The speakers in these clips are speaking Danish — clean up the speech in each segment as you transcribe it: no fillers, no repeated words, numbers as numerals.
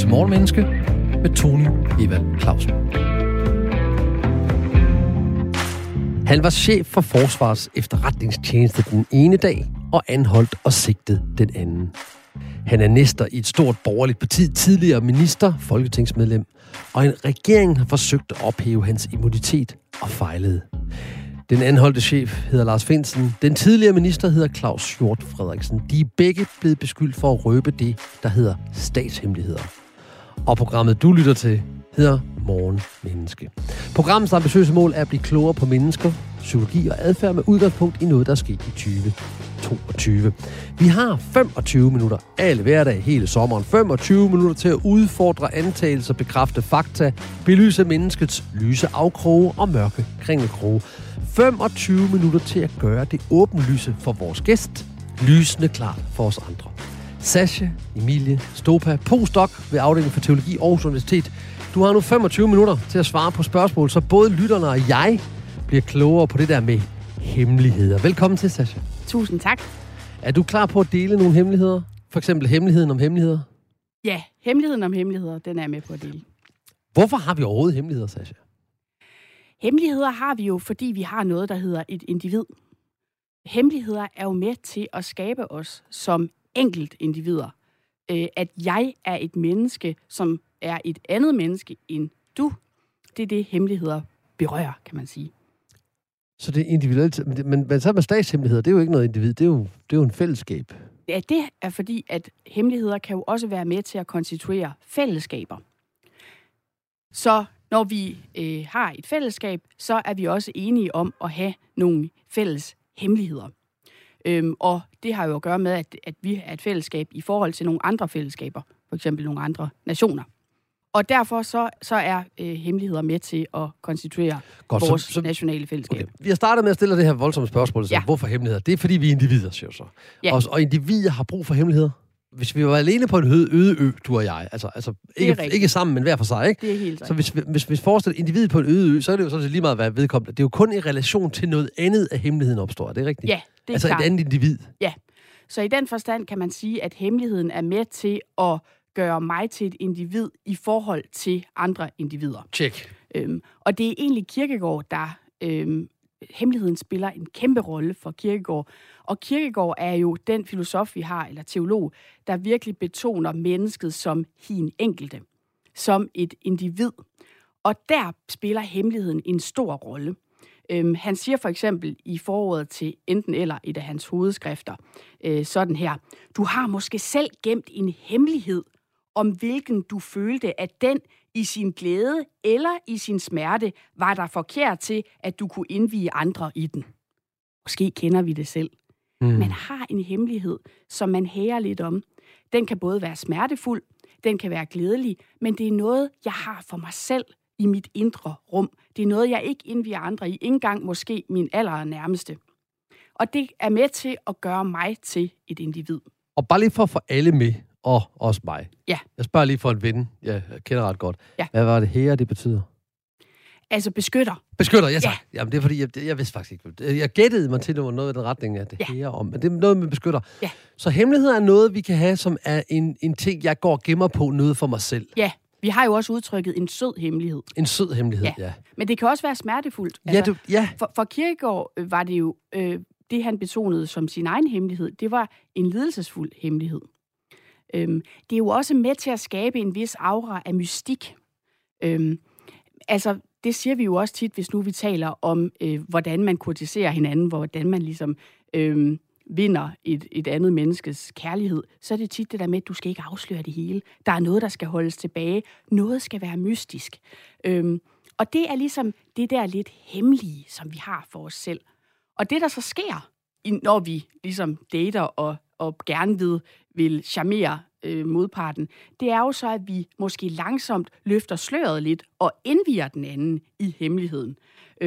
til Morgenmenneske med Tony Evald Clausen. Han var chef for Forsvarets efterretningstjeneste den ene dag og anholdt og sigtet den anden. Han er næster i et stort borgerligt parti, tidligere minister, folketingsmedlem, og en regering har forsøgt at ophæve hans immunitet og fejlede. Den anholdte chef hedder Lars Findsen. Den tidligere minister hedder Claus Hjort Frederiksen. De er begge blevet beskyldt for at røbe det, der hedder statshemmeligheder. Og programmet, du lytter til, hedder Morgenmenneske. Programmets ambitiøse mål er at blive klogere på mennesker, psykologi og adfærd med udgangspunkt i noget, der er sket i 2022. Vi har 25 minutter alle hverdag hele sommeren. 25 minutter til at udfordre antagelser, bekræfte fakta, belyse menneskets lyse afkroge og mørke kringelkroge. 25 minutter til at gøre det åbenlyse for vores gæst, lysende klart for os andre. Sascha Emilie Stopa, postdoc ved afdelingen for teologi Aarhus Universitet. Du har nu 25 minutter til at svare på spørgsmål, så både lytterne og jeg bliver klogere på det der med hemmeligheder. Velkommen til, Sascha. Tusind tak. Er du klar på at dele nogle hemmeligheder? For eksempel hemmeligheden om hemmeligheder? Ja, hemmeligheden om hemmeligheder, den er jeg med på at dele. Hvorfor har vi overhovedet hemmeligheder, Sascha? Hemmeligheder har vi jo, fordi vi har noget, der hedder et individ. Hemmeligheder er jo med til at skabe os som enkelt individer. At jeg er et menneske, som er et andet menneske end du. Det er det, hemmeligheder berører, kan man sige. Så det er individuelt. Men så med statshemmeligheder, det er jo ikke noget individ, det er jo en fællesskab. Ja, det er fordi, at hemmeligheder kan jo også være med til at konstituere fællesskaber. Så når vi har et fællesskab, så er vi også enige om at have nogle fælles hemmeligheder. Og det har jo at gøre med, at vi er et fællesskab i forhold til nogle andre fællesskaber, for eksempel nogle andre nationer. Og derfor så er hemmeligheder med til at konstituere vores nationale fællesskab. Okay. Vi har startet med at stille det her voldsomme spørgsmål. Ja. Hvorfor hemmeligheder? Det er, fordi vi er individer, siger så. Ja. Og individer har brug for hemmeligheder. Hvis vi var alene på en øde ø, du og jeg, altså ikke sammen, men hver for sig, ikke? Det er helt så hvis vi forestiller individet på en øde ø, så er det jo sådan set lige meget, hvad vedkommende. Det er jo kun i relation til noget andet, at hemmeligheden opstår. Er det rigtigt? Ja, det er altså klart. Et andet individ. Ja. Så i den forstand kan man sige, at hemmeligheden er med til at gøre mig til et individ i forhold til andre individer. Check. Og det er egentlig Kierkegaard, der hemmeligheden spiller en kæmpe rolle for Kierkegaard. Og Kierkegaard er jo den filosof, vi har, eller teolog, der virkelig betoner mennesket som hin enkelte, som et individ. Og der spiller hemmeligheden en stor rolle. Han siger for eksempel i forordet til enten eller et af hans hovedskrifter, sådan her: Du har måske selv gemt en hemmelighed, om hvilken du følte, at den i sin glæde eller i sin smerte var der forkert til, at du kunne indvie andre i den. Måske kender vi det selv. Man har en hemmelighed, som man hæger lidt om. Den kan både være smertefuld, den kan være glædelig, men det er noget, jeg har for mig selv i mit indre rum. Det er noget, jeg ikke indvier andre i, ikke engang måske min allernærmeste. Og det er med til at gøre mig til et individ. Og bare lige for at få alle med, og også mig. Ja. Jeg spørger lige for en ven, jeg kender ret godt. Ja. Hvad var det her, det betyder? Altså beskytter. Beskytter, ja tak. Ja. Jamen det er fordi, jeg vidste faktisk ikke. Jeg gættede mig til, at det var noget i den retning af det her om. Men det er noget med beskytter. Ja. Så hemmelighed er noget, vi kan have, som er en ting, jeg går og gemmer på, noget for mig selv. Ja, vi har jo også udtrykket en sød hemmelighed. En sød hemmelighed, ja. Men det kan også være smertefuldt. Altså, For Kierkegaard var det jo, det han betonede som sin egen hemmelighed, det var en lidelsesfuld hemmelighed. Det er jo også med til at skabe en vis aura af mystik. Altså, det siger vi jo også tit, hvis nu vi taler om, hvordan man kurtiserer hinanden, hvordan man ligesom vinder et andet menneskes kærlighed, så er det tit det der med, at du skal ikke afsløre det hele. Der er noget, der skal holdes tilbage. Noget skal være mystisk. Og det er ligesom det der lidt hemmelige, som vi har for os selv. Og det, der så sker, når vi ligesom dater og gerne vil charmere modparten, det er jo så, at vi måske langsomt løfter sløret lidt og indvier den anden i hemmeligheden.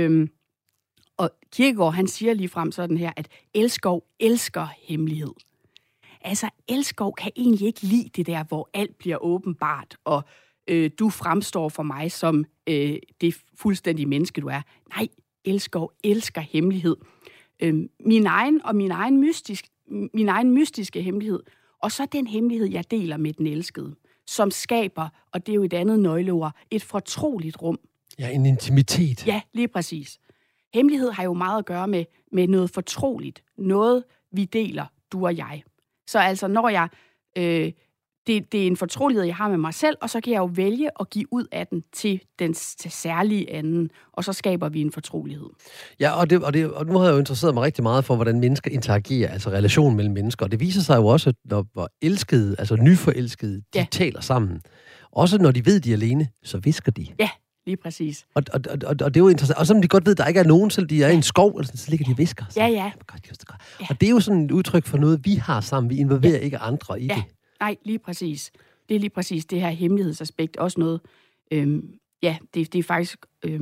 Og Kierkegaard, han siger lige frem sådan her, at Elskov elsker hemmelighed. Altså, Elskov kan egentlig ikke lide det der, hvor alt bliver åbenbart, og du fremstår for mig som det fuldstændige menneske, du er. Nej, Elskov elsker hemmelighed. Min egen mystiske hemmelighed, og så den hemmelighed, jeg deler med den elskede. som skaber, og det er jo et andet nøgleord, et fortroligt rum. Ja, en intimitet. Ja, lige præcis. Hemmelighed har jo meget at gøre med noget fortroligt. Noget, vi deler, du og jeg. Så altså, når jeg... Det er en fortrolighed, jeg har med mig selv, og så kan jeg jo vælge at give ud af den til den særlige anden, og så skaber vi en fortrolighed. Ja, og nu har jeg jo interesseret mig rigtig meget for, hvordan mennesker interagerer, altså relationen mellem mennesker, og det viser sig jo også, at når elskede, altså nyforelskede, de taler sammen. Også når de ved, de er alene, så visker de. Ja, lige præcis. Og det er jo interessant. Og selvom de godt ved, at der ikke er nogen, selv de er i en skov, eller sådan, så ligger de og visker. Ja. Og det er jo sådan et udtryk for noget, vi har sammen. Vi involverer ikke andre i det. Nej, lige præcis. Det er lige præcis det her hemmelighedsaspekt. Også noget, det er faktisk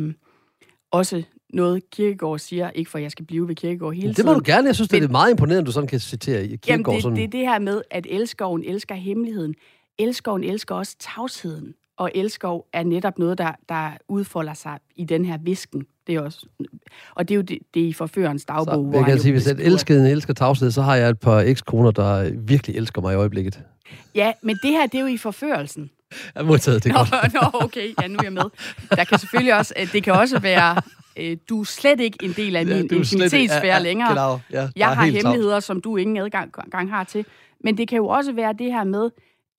også noget, Kierkegaard siger, ikke for jeg skal blive ved Kierkegaard hele tiden. Det må du gerne. Jeg synes, det er meget imponerende, at du sådan kan citere Kierkegaard. Jamen, det er det her med, at elskoven elsker hemmeligheden. Elskoven elsker også tavsheden. Og elskov er netop noget, der udfolder sig i den her visken. Det er også, og det er jo det er i forførerens dagbog. Så jeg kan sige, hvis jeg elsker tavshed, så har jeg et par ekskoner, der virkelig elsker mig i øjeblikket. Ja, men det her, det er jo i forførelsen. Jeg har modtaget det godt. Nå, okay, ja, nu er jeg med. Der kan selvfølgelig også, det kan også være, du er slet ikke en del af min intimitetsfære længere. Jeg har hemmeligheder, som du ingen adgang har til. Men det kan jo også være det her med,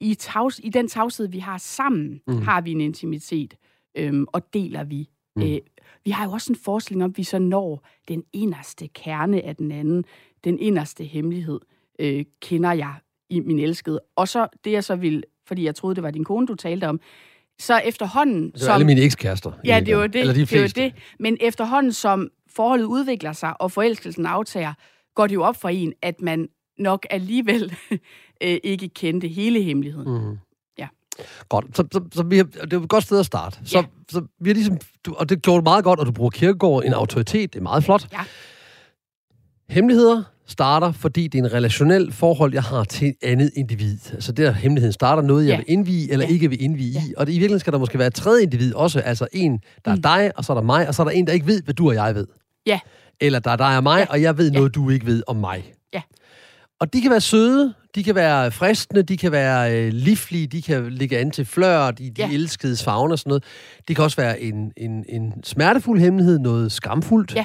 i den tavshed, vi har sammen, har vi en intimitet, og deler vi. Vi har jo også en forestilling om, at vi så når den inderste kerne af den anden, den inderste hemmelighed, kender jeg i min elskede. Og så det, jeg så ville, fordi jeg troede, det var din kone, du talte om, så efterhånden... Det var alle mine ekskærester. Ja, det var det. Eller de fleste. Det var det. Men efterhånden, som forholdet udvikler sig, og forelskelsen aftager, går det jo op for en, at man nok alligevel ikke kendte hele hemmeligheden. Ja. Godt. Så vi har, det er et godt sted at starte. Så vi har ligesom... Og det gjorde meget godt, og du bruger Kierkegaard, en autoritet. Det er meget flot. Ja. Hemmeligheder starter, fordi det er en relationel forhold, jeg har til et andet individ. Altså der hemmeligheden starter noget, jeg vil indvige eller ikke vil indvige i. Og i virkeligheden skal der måske være et tredje individ også. Altså en, der er dig, og så er der mig, og så er der en, der ikke ved, hvad du og jeg ved. Ja. Eller der er dig og mig, og jeg ved noget, du ikke ved om mig. Ja. Og de kan være søde, de kan være fristende, de kan være livlige, de kan ligge an til flørt i de elskedes favne og sådan noget. Det kan også være en smertefuld hemmelighed, noget skamfuldt,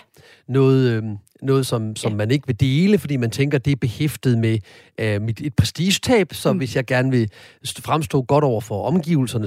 noget som man ikke vil dele, fordi man tænker, det er behæftet med et prestigetab, så hvis jeg gerne vil fremstå godt over for omgivelserne,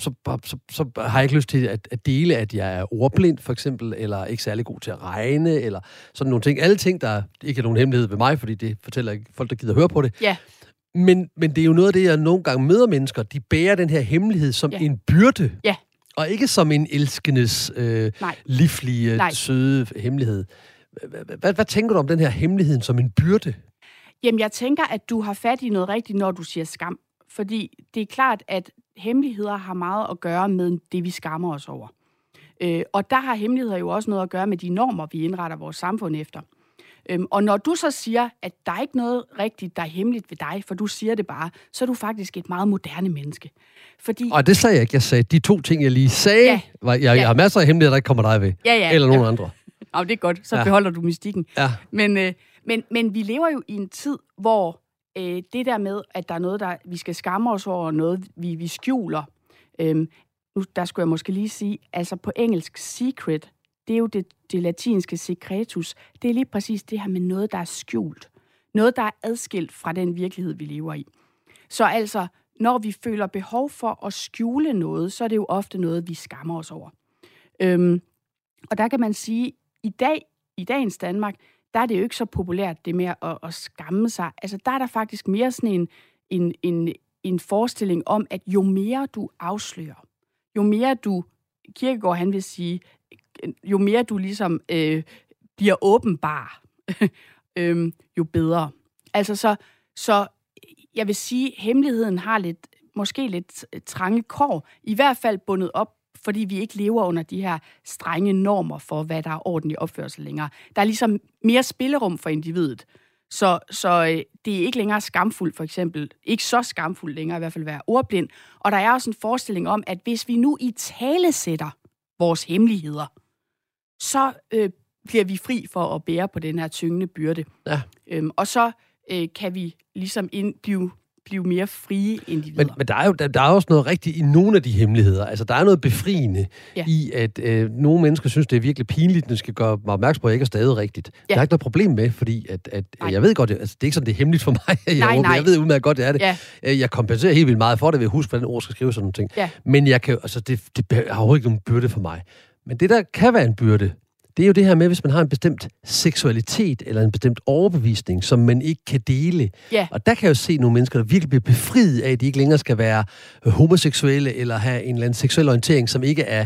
så har jeg ikke lyst til at dele, at jeg er ordblind, for eksempel, eller ikke særlig god til at regne, eller sådan nogle ting. Alle ting, der ikke er nogen hemmelighed ved mig, fordi det fortæller ikke folk, der gider høre på det. Ja. Men det er jo noget af det, jeg nogle gange møder mennesker. De bærer den her hemmelighed som en byrde, og ikke som en elskendes livlige, søde hemmelighed. Hvad tænker du om den her hemmelighed som en byrde? Jamen, jeg tænker, at du har fat i noget rigtigt, når du siger skam. Fordi det er klart, at hemmeligheder har meget at gøre med det, vi skammer os over. Og der har hemmeligheder jo også noget at gøre med de normer, vi indretter vores samfund efter. Og når du så siger, at der er ikke noget rigtigt, der er hemmeligt ved dig, for du siger det bare, så er du faktisk et meget moderne menneske. Fordi... Og det sagde jeg ikke. Jeg sagde, de to ting, jeg lige sagde, jeg har masser af hemmeligheder, der ikke kommer dig ved. Eller nogen andre. Det er godt. Så beholder du mystikken. Ja. Men vi lever jo i en tid, hvor det der med, at der er noget, der vi skal skamme os over, noget vi skjuler. Nu, der skulle jeg måske lige sige, altså på engelsk secret, det er jo det latinske secretus. Det er lige præcis det her med noget, der er skjult. Noget, der er adskilt fra den virkelighed, vi lever i. Så altså, når vi føler behov for at skjule noget, så er det jo ofte noget, vi skammer os over. Og der kan man sige, i dagens Danmark, der er det jo ikke så populært, det med at skamme sig. Altså, der er der faktisk mere sådan en forestilling om, at jo mere du afslører, jo mere du, Kierkegaard han vil sige, jo mere du ligesom bliver åbenbar, jo bedre. Altså, så jeg vil sige, hemmeligheden har måske lidt trange kår, i hvert fald bundet op, fordi vi ikke lever under de her strenge normer for, hvad der er ordentlig opførsel længere. Der er ligesom mere spillerum for individet. Så det er ikke længere skamfuldt, for eksempel. Ikke så skamfuldt længere, i hvert fald være ordblind. Og der er også en forestilling om, at hvis vi nu i tale sætter vores hemmeligheder, så bliver vi fri for at bære på den her tyngende byrde. Ja. Og så kan vi ligesom blive blive mere frie individer. Men der er også noget rigtigt i nogle af de hemmeligheder. Altså, der er noget befriende i, at nogle mennesker synes, det er virkelig pinligt, at de skal gøre mig opmærksom på, at jeg ikke er stadig rigtigt. Ja. Der er ikke noget problem med, fordi at jeg ved godt, altså, det er ikke sådan, det er hemmeligt for mig. Jeg ved udmærket godt, det er det. Ja. Jeg kompenserer helt vildt meget for det, ved at huske, hvordan ord skal skrive sådan nogle ting. Ja. Men jeg kan, altså, det har overhovedet ikke nogen byrde for mig. Men det, der kan være en byrde, det er jo det her med, hvis man har en bestemt seksualitet eller en bestemt overbevisning, som man ikke kan dele. Yeah. Og der kan jeg jo se nogle mennesker, der virkelig bliver befriet af, at de ikke længere skal være homoseksuelle eller have en eller anden seksuel orientering, som ikke er,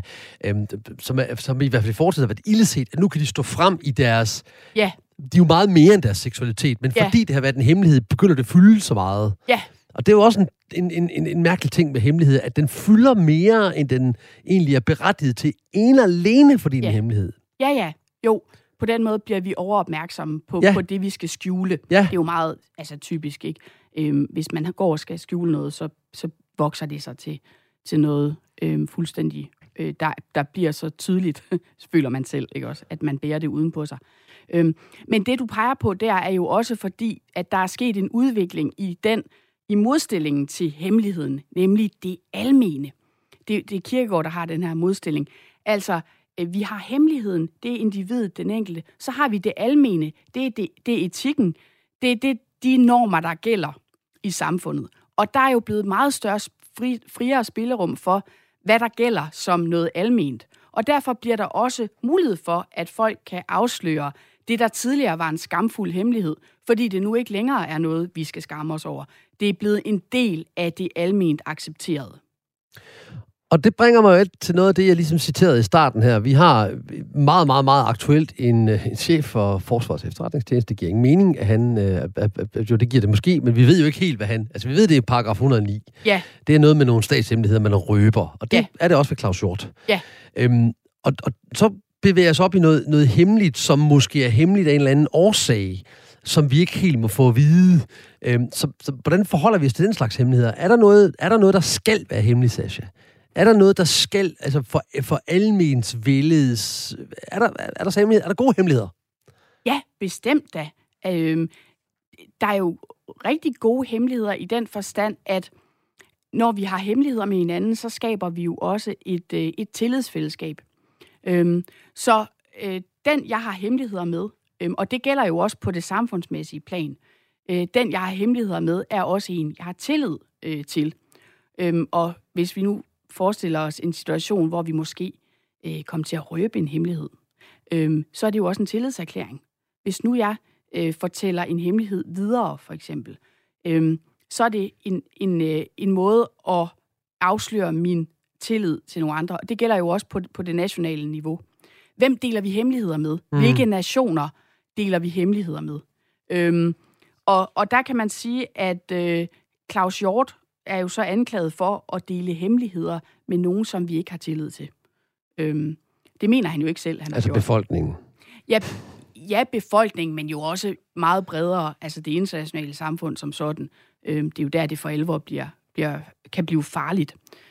som i hvert fald i fortiden har været illeset, at nu kan de stå frem i deres... Yeah. De er jo meget mere end deres seksualitet, men fordi det har været en hemmelighed, begynder det at fylde så meget. Yeah. Og det er jo også en mærkelig ting med hemmelighed, at den fylder mere, end den egentlig er berettiget til en alene for din hemmelighed. Ja. Jo, på den måde bliver vi overopmærksomme på det, vi skal skjule. Ja. Det er jo meget typisk, ikke? Hvis man går og skal skjule noget, så vokser det sig til noget fuldstændig, der bliver så tydeligt, føler man selv, ikke også, at man bærer det uden på sig. Men det, du peger på der, er jo også fordi, at der er sket en udvikling i modstillingen til hemmeligheden, nemlig det almene. Det er Kierkegaard, der har den her modstilling. Altså, vi har hemmeligheden, det er individet, den enkelte. Så har vi det almene, det er etikken, det er de normer, der gælder i samfundet. Og der er jo blevet meget større, friere spillerum for, hvad der gælder som noget alment. Og derfor bliver der også mulighed for, at folk kan afsløre det, der tidligere var en skamfuld hemmelighed, fordi det nu ikke længere er noget, vi skal skamme os over. Det er blevet en del af det alment accepterede. Og det bringer mig jo til noget af det, jeg ligesom citerede i starten her. Vi har meget, meget, meget aktuelt en chef for Forsvarets Efterretningstjeneste. Det giver ingen mening, at han... jo, det giver det måske, men vi ved jo ikke helt, hvad han... Altså, vi ved, det er paragraf 109. Ja. Det er noget med nogle statshemmeligheder, man røber. Og det er det også ved Claus Hjort. Ja. Og så bevæger os op i noget hemmeligt, som måske er hemmeligt af en eller anden årsag, som vi ikke helt må få at vide. Så hvordan forholder vi os til den slags hemmeligheder? Er der noget, der skal være hemmeligt, Sascha? Er der noget, der skal, altså for almens vældes... Er der gode hemmeligheder? Ja, bestemt da. Der er jo rigtig gode hemmeligheder i den forstand, at når vi har hemmeligheder med hinanden, så skaber vi jo også et tillidsfællesskab. Så den, jeg har hemmeligheder med, og det gælder jo også på det samfundsmæssige plan, den, jeg har hemmeligheder med, er også en, jeg har tillid til. Og hvis vi nu forestiller os en situation, hvor vi måske kommer til at røbe en hemmelighed, så er det jo også en tillidserklæring. Hvis nu jeg fortæller en hemmelighed videre, for eksempel, så er det en måde at afsløre min tillid til nogle andre. Og det gælder jo også på det nationale niveau. Hvem deler vi hemmeligheder med? Hvilke nationer deler vi hemmeligheder med? Og der kan man sige, at Claus Hjort er jo så anklaget for at dele hemmeligheder med nogen, som vi ikke har tillid til. Det mener han jo ikke selv, han har gjort. Befolkningen? Ja, befolkningen, men jo også meget bredere, altså det internationale samfund som sådan. Det er jo der, det for alvor kan blive farligt.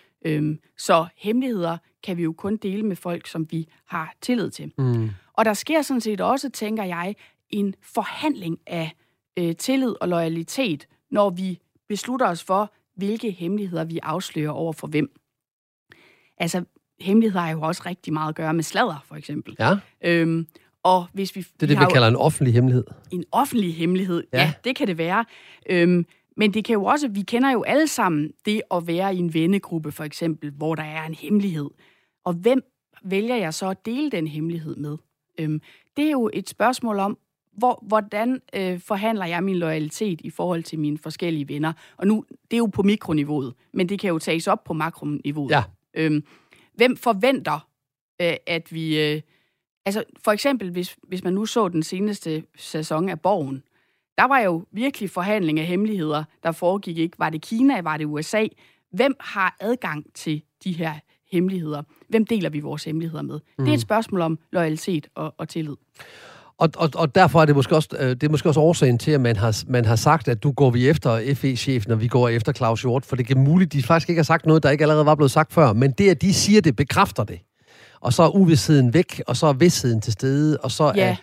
Så hemmeligheder kan vi jo kun dele med folk, som vi har tillid til. Og der sker sådan set også, tænker jeg, en forhandling af tillid og loyalitet, når vi beslutter os for, hvilke hemmeligheder vi afslører over for hvem. Altså, hemmeligheder har jo også rigtig meget at gøre med sladder, for eksempel. Ja. Og hvis vi kalder en offentlig hemmelighed. En offentlig hemmelighed, ja, det kan det være. Men det kan jo også, vi kender jo alle sammen det at være i en vennegruppe, for eksempel, hvor der er en hemmelighed. Og hvem vælger jeg så at dele den hemmelighed med? Det er jo et spørgsmål om, hvordan forhandler jeg min loyalitet i forhold til mine forskellige venner? Og nu, det er jo på mikroniveauet, men det kan jo tages op på makroniveauet. Ja. Hvem forventer, at vi... altså, for eksempel, hvis man nu så den seneste sæson af Borgen, der var jo virkelig forhandling af hemmeligheder, der foregik ikke. Var det Kina? Var det USA? Hvem har adgang til de her hemmeligheder? Hvem deler vi vores hemmeligheder med? Det er et spørgsmål om loyalitet og tillid. Og derfor er det måske også årsagen til, at man har sagt, at du går vi efter FE-chefen, og vi går efter Claus Hjort, for det kan muligt, de faktisk ikke har sagt noget, der ikke allerede var blevet sagt før, men det, at de siger det, bekræfter det. Og så er uvidsheden væk, og så er vidsheden til stede, og så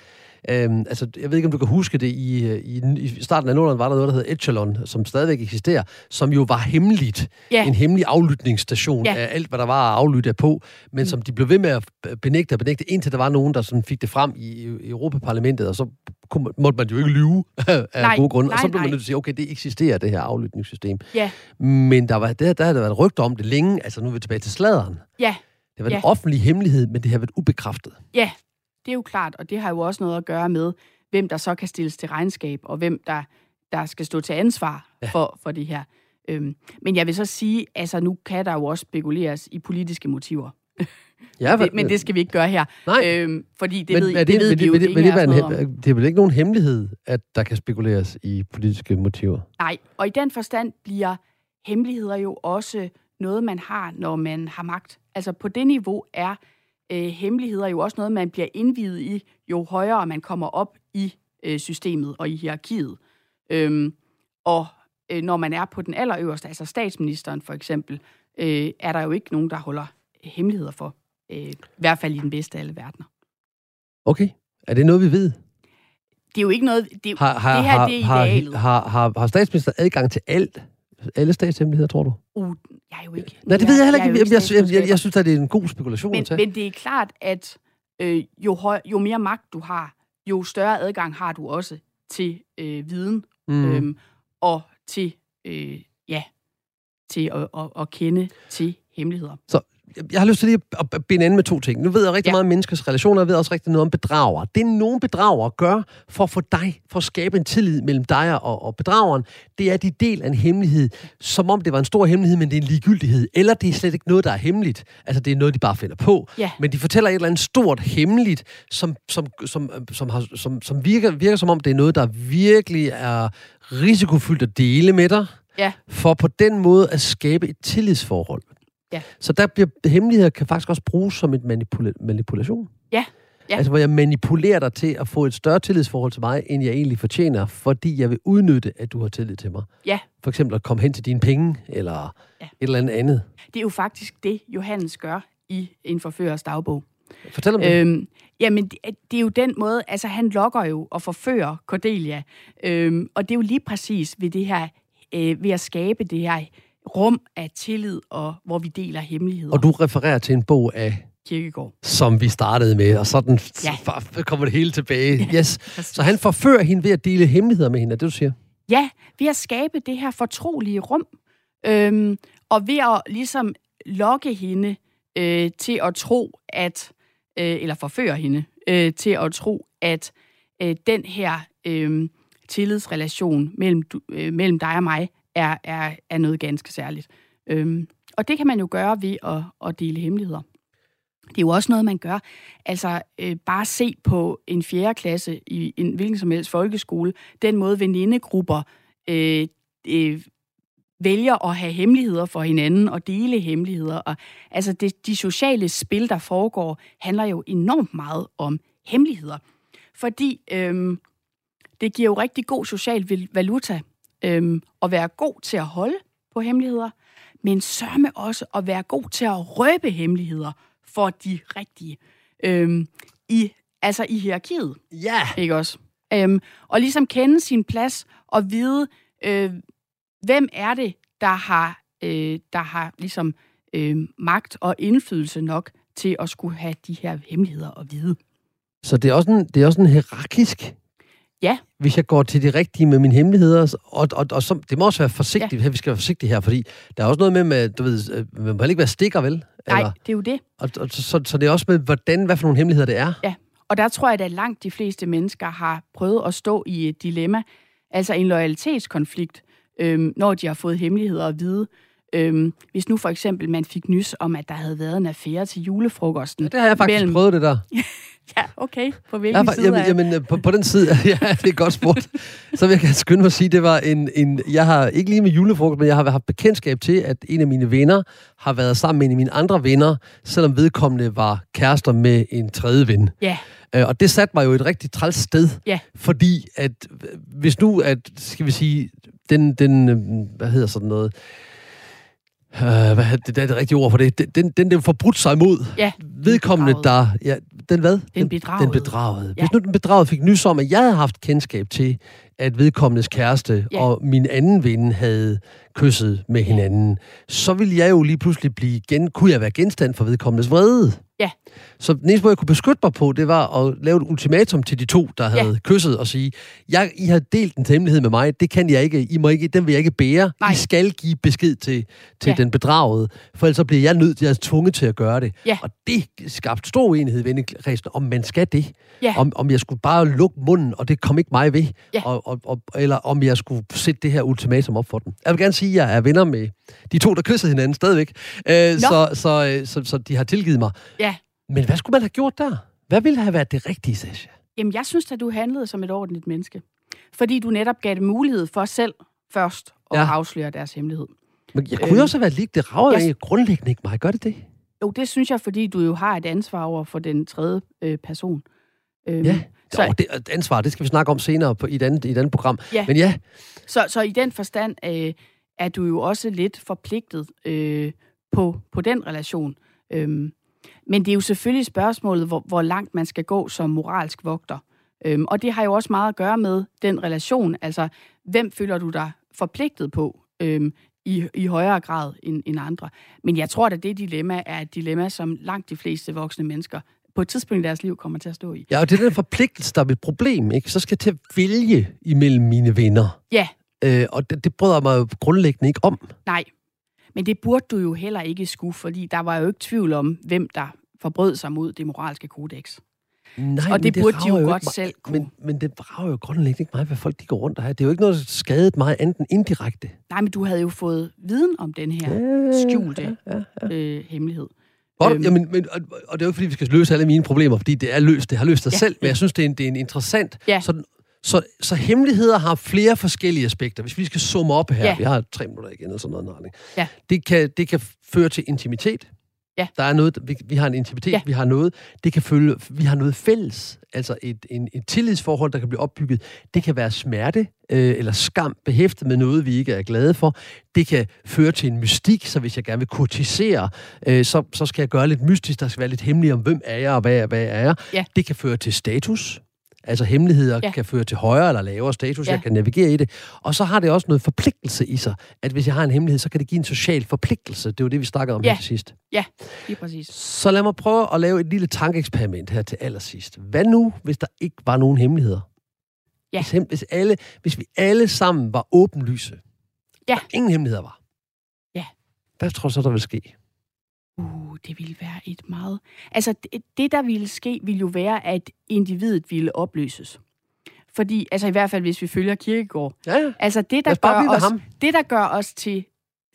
Altså, jeg ved ikke, om du kan huske det, i starten af 00'erne var der noget, der hedder Echelon, som stadigvæk eksisterer, som jo var hemmeligt. Yeah. En hemmelig aflytningsstation af alt, hvad der var at aflytte på, men som de blev ved med at benægte, indtil der var nogen, der sådan fik det frem i Europaparlamentet, og så måtte man jo ikke lyve af gode grunde. Og så blev man nødt til at sige, okay, det eksisterer, det her aflytningssystem. Yeah. Men der havde været rygter om det længe, altså nu er vi tilbage til sladderen. Ja. Det har været en offentlig hemmelighed, men det har været ubekræftet. Ja, det er jo klart, og det har jo også noget at gøre med, hvem der så kan stilles til regnskab, og hvem der skal stå til ansvar for det her. Men jeg vil så sige, altså nu kan der jo også spekuleres i politiske motiver. Ja, men det skal vi ikke gøre her. Nej. Fordi det ved vi jo, det er vel ikke nogen hemmelighed, at der kan spekuleres i politiske motiver? Nej, og i den forstand bliver hemmeligheder jo også noget, man har, når man har magt. Altså på det niveau er hemmeligheder jo også noget, man bliver indviet i, jo højere man kommer op i systemet og i hierarkiet. Og når man er på den allerøverste, altså statsministeren for eksempel, er der jo ikke nogen, der holder hemmeligheder for. I hvert fald i den bedste af alle verdener. Okay. Er det noget, vi ved? Det er jo ikke noget... Det er idealet. Har statsministeren adgang til alle statshemmeligheder, tror du? Jeg er jo ikke... Nej, det ved jeg heller ikke. Jeg synes, at det er en god spekulation at tage. Men det er klart, at jo mere magt du har, jo større adgang har du også til viden. Og til, til at kende til hemmeligheder. Så jeg har lyst til lige at binde an med to ting. Nu ved jeg rigtig meget om menneskers relationer, og jeg ved også rigtig noget om bedragere. Det nogen bedragere gør for at skabe en tillid mellem dig og bedrageren, det er, at de deler en hemmelighed, som om det var en stor hemmelighed, men det er en ligegyldighed. Eller det er slet ikke noget, der er hemmeligt. Altså, det er noget, de bare finder på. Yeah. Men de fortæller et eller andet stort hemmeligt, som virker som om, det er noget, der virkelig er risikofyldt at dele med dig, for på den måde at skabe et tillidsforhold. Ja. Så der bliver hemmeligheder kan faktisk også bruges som et manipulation. Ja. Altså, hvor jeg manipulerer dig til at få et større tillidsforhold til mig, end jeg egentlig fortjener, fordi jeg vil udnytte, at du har tillid til mig. Ja. For eksempel at komme hen til dine penge, eller et eller andet. Det er jo faktisk det, Johannes gør i En forførers dagbog. Fortæl om det. Jamen, det er jo den måde, altså han lokker jo og forfører Cordelia. Og det er jo lige præcis ved det her, ved at skabe det her rum af tillid, og hvor vi deler hemmeligheder. Og du refererer til en bog af Kierkegaard, som vi startede med, og sådan kommer det hele tilbage. Yes. Så han forfører hende ved at dele hemmeligheder med hende, er det, du siger? Ja, ved at skabe det her fortrolige rum, og ved at ligesom lokke hende til at tro, at, eller forføre hende til at tro, at den her tillidsrelation mellem dig og mig er noget ganske særligt. Og det kan man jo gøre ved at dele hemmeligheder. Det er jo også noget, man gør. Altså, bare se på en 4. klasse i en hvilken som helst folkeskole. Den måde venindegrupper vælger at have hemmeligheder for hinanden og dele hemmeligheder. Og, altså, de sociale spil, der foregår, handler jo enormt meget om hemmeligheder. Fordi det giver jo rigtig god social valuta at være god til at holde på hemmeligheder, men sørme også at være god til at røbe hemmeligheder for de rigtige. I hierarkiet. Ja. Ikke også? Og ligesom kende sin plads og vide, hvem er det, der har ligesom magt og indflydelse nok til at skulle have de her hemmeligheder at vide. Så det er også en hierarkisk. Ja. Hvis jeg går til det rigtige med mine hemmeligheder, og så, det må også være forsigtigt, vi skal være forsigtige her, fordi der er også noget med, du ved, man må ikke være stikker, vel? Nej, det er jo det. Så det er også med, hvad for nogle hemmeligheder det er. Ja, og der tror jeg, at langt de fleste mennesker har prøvet at stå i et dilemma, altså en loyalitetskonflikt, når de har fået hemmeligheder at vide. Hvis nu for eksempel man fik nys om, at der havde været en affære til julefrokosten. Ja, det har jeg faktisk prøvet, det der. Ja, okay. På hvilken side jamen, på den side, ja, det er godt spurgt. Så vil jeg skynde mig at sige, det var jeg har ikke lige med julefrokost, men jeg har haft bekendtskab til, at en af mine venner har været sammen med en af mine andre venner, selvom vedkommende var kærester med en tredje ven. Ja. Og det satte mig jo et rigtig træls sted, fordi at hvis nu, skal vi sige, den hvad hedder sådan noget, Det er det rigtige ord for det. Den forbrudt sig imod. Ja. Vedkommende, der... Ja, den hvad? Den bedragede. Den bedragede. Ja. Hvis nu den bedragede fik nys om, at jeg havde haft kendskab til, at vedkommendes kæreste og min anden ven havde kysset med hinanden, så ville jeg jo lige pludselig kunne jeg være genstand for vedkommendes vrede. Ja. Så den eneste måde, jeg kunne beskytte mig på, det var at lave et ultimatum til de to, der havde kysset, og sige, I har delt en hemmelighed med mig, det kan jeg ikke, den vil jeg ikke bære. Nej. I skal give besked til den bedragede, for ellers så bliver jeg tvunget til at gøre det. Ja. Og det skabte stor uenighed i vennekredsen, om man skal det. Ja. Om jeg skulle bare lukke munden, og det kom ikke mig ved, Ja. eller om jeg skulle sætte det her ultimatum op for den. Jeg vil gerne sige, at jeg er venner med de to, der kyssede hinanden stadigvæk. Så de har tilgivet mig. Ja. Men hvad skulle man have gjort der? Hvad ville have været det rigtige, Sascha? Jamen, jeg synes, at du handlede som et ordentligt menneske. Fordi du netop gav det mulighed for selv først at afsløre deres hemmelighed. Men jeg kunne jo også have været lige. Det rager jo grundlæggende ikke mig. Gør det? Jo, det synes jeg, fordi du jo har et ansvar over for den tredje person. Det ansvar, det skal vi snakke om senere i et andet program. Ja. Men ja. Så i den forstand er du jo også lidt forpligtet på den relation. Men det er jo selvfølgelig spørgsmålet, hvor langt man skal gå som moralsk vogter. Og det har jo også meget at gøre med den relation. Altså, hvem føler du dig forpligtet på i højere grad end andre? Men jeg tror, at det dilemma er et dilemma, som langt de fleste voksne mennesker på et tidspunkt i deres liv kommer til at stå i. Ja, og det er den forpligtelse, der er et problem, ikke? Så skal jeg til at vælge imellem mine venner. Ja. Og det bryder jeg mig jo grundlæggende ikke om. Nej, men det burde du jo heller ikke skue, fordi der var jo ikke tvivl om, hvem der forbrød sig mod det moralske kodex. Nej, og det burde de jo godt selv kunne. Men det rager jo grundlæggende ikke mig, hvad folk de går rundt og har. Det er jo ikke noget, der skadet mig enten indirekte. Nej, men du havde jo fået viden om den her skjulte hemmelighed. Godt, og det er jo ikke, fordi vi skal løse alle mine problemer, fordi det har løst sig selv, men jeg synes, det er en interessant... Ja. Så hemmeligheder har flere forskellige aspekter. Hvis vi skal summe op her, vi har 3 minutter igen, eller sådan noget. Ja. Det kan føre til intimitet. Ja. Der er noget, vi har en intimitet, vi har noget. Det kan følge, vi har noget fælles, altså et tillidsforhold, der kan blive opbygget. Det kan være smerte eller skam behæftet med noget, vi ikke er glade for. Det kan føre til en mystik, så hvis jeg gerne vil kurtisere, så skal jeg gøre lidt mystisk, der skal være lidt hemmeligt om, hvem er jeg og hvad er jeg. Ja. Det kan føre til status. Altså hemmeligheder kan føre til højere eller lavere status, jeg kan navigere i det. Og så har det også noget forpligtelse i sig, at hvis jeg har en hemmelighed, så kan det give en social forpligtelse. Det var det, vi snakkede om her til sidst. Ja, lige præcis. Så lad mig prøve at lave et lille tankeeksperiment her til allersidst. Hvad nu, hvis der ikke var nogen hemmeligheder? Ja. Hvis vi alle sammen var åbenlyse, og ingen hemmeligheder var. Ja. Hvad tror du så, der vil ske? Det ville være et meget... Altså, det der ville ske, ville jo være, at individet ville opløses. Fordi, altså i hvert fald, hvis vi følger Kierkegaard. Ja. Altså, det der gør os til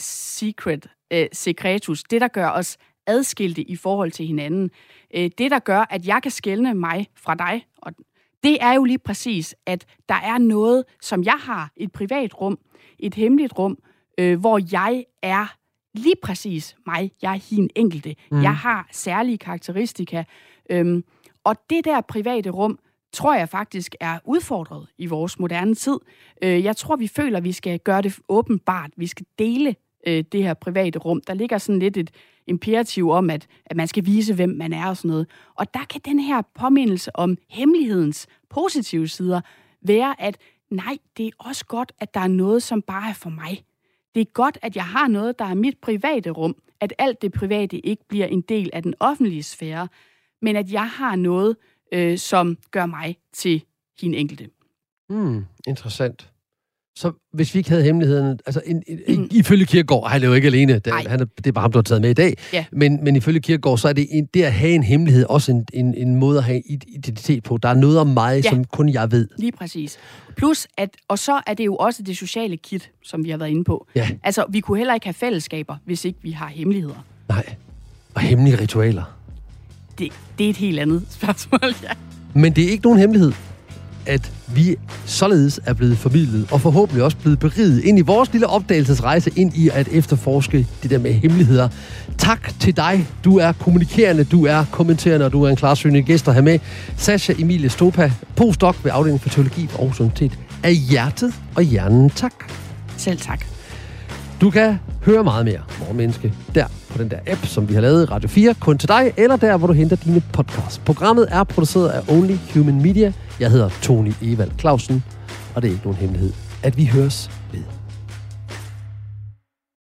secretus, det der gør os adskilte i forhold til hinanden, det der gør, at jeg kan skelne mig fra dig, og det er jo lige præcis, at der er noget, som jeg har, et privat rum, et hemmeligt rum, hvor jeg er lige præcis mig. Jeg er hin enkelte. Jeg har særlige karakteristika. Og det der private rum, tror jeg faktisk er udfordret i vores moderne tid. Jeg tror, vi føler, at vi skal gøre det åbenbart. Vi skal dele det her private rum. Der ligger sådan lidt et imperativ om, at man skal vise, hvem man er og sådan noget. Og der kan den her påmindelse om hemmelighedens positive sider være, at nej, det er også godt, at der er noget, som bare er for mig. Det er godt, at jeg har noget, der er mit private rum, at alt det private ikke bliver en del af den offentlige sfære, men at jeg har noget, som gør mig til hin enkelte. Interessant. Så hvis vi ikke havde hemmeligheden, altså ifølge Kierkegaard, han er jo ikke alene, det er bare ham, du har taget med i dag, men ifølge Kierkegaard, så er det at have en hemmelighed også en måde at have identitet på. Der er noget om mig, som kun jeg ved. Lige præcis. Plus, og så er det jo også det sociale kit, som vi har været inde på. Ja. Altså, vi kunne heller ikke have fællesskaber, hvis ikke vi har hemmeligheder. Nej. Og hemmelige ritualer. Det er et helt andet spørgsmål, ja. Men det er ikke nogen hemmelighed, at vi således er blevet formidlet, og forhåbentlig også blevet beriget ind i vores lille opdagelsesrejse ind i at efterforske det der med hemmeligheder. Tak til dig. Du er kommunikerende, du er kommenterende, og du er en klarsynlig gæst at have med. Sascha Emilie Stopa, postdoc ved afdelingen for teologi på Aarhus Universitet. Af hjertet og hjernen tak. Selv tak. Du kan høre meget mere Morgenmenneske der på den der app, som vi har lavet, Radio 4, kun til dig, eller der, hvor du henter dine podcasts. Programmet er produceret af Only Human Media. Jeg hedder Tony Evald Clausen, og det er ikke nogen hemmelighed, at vi høres ved.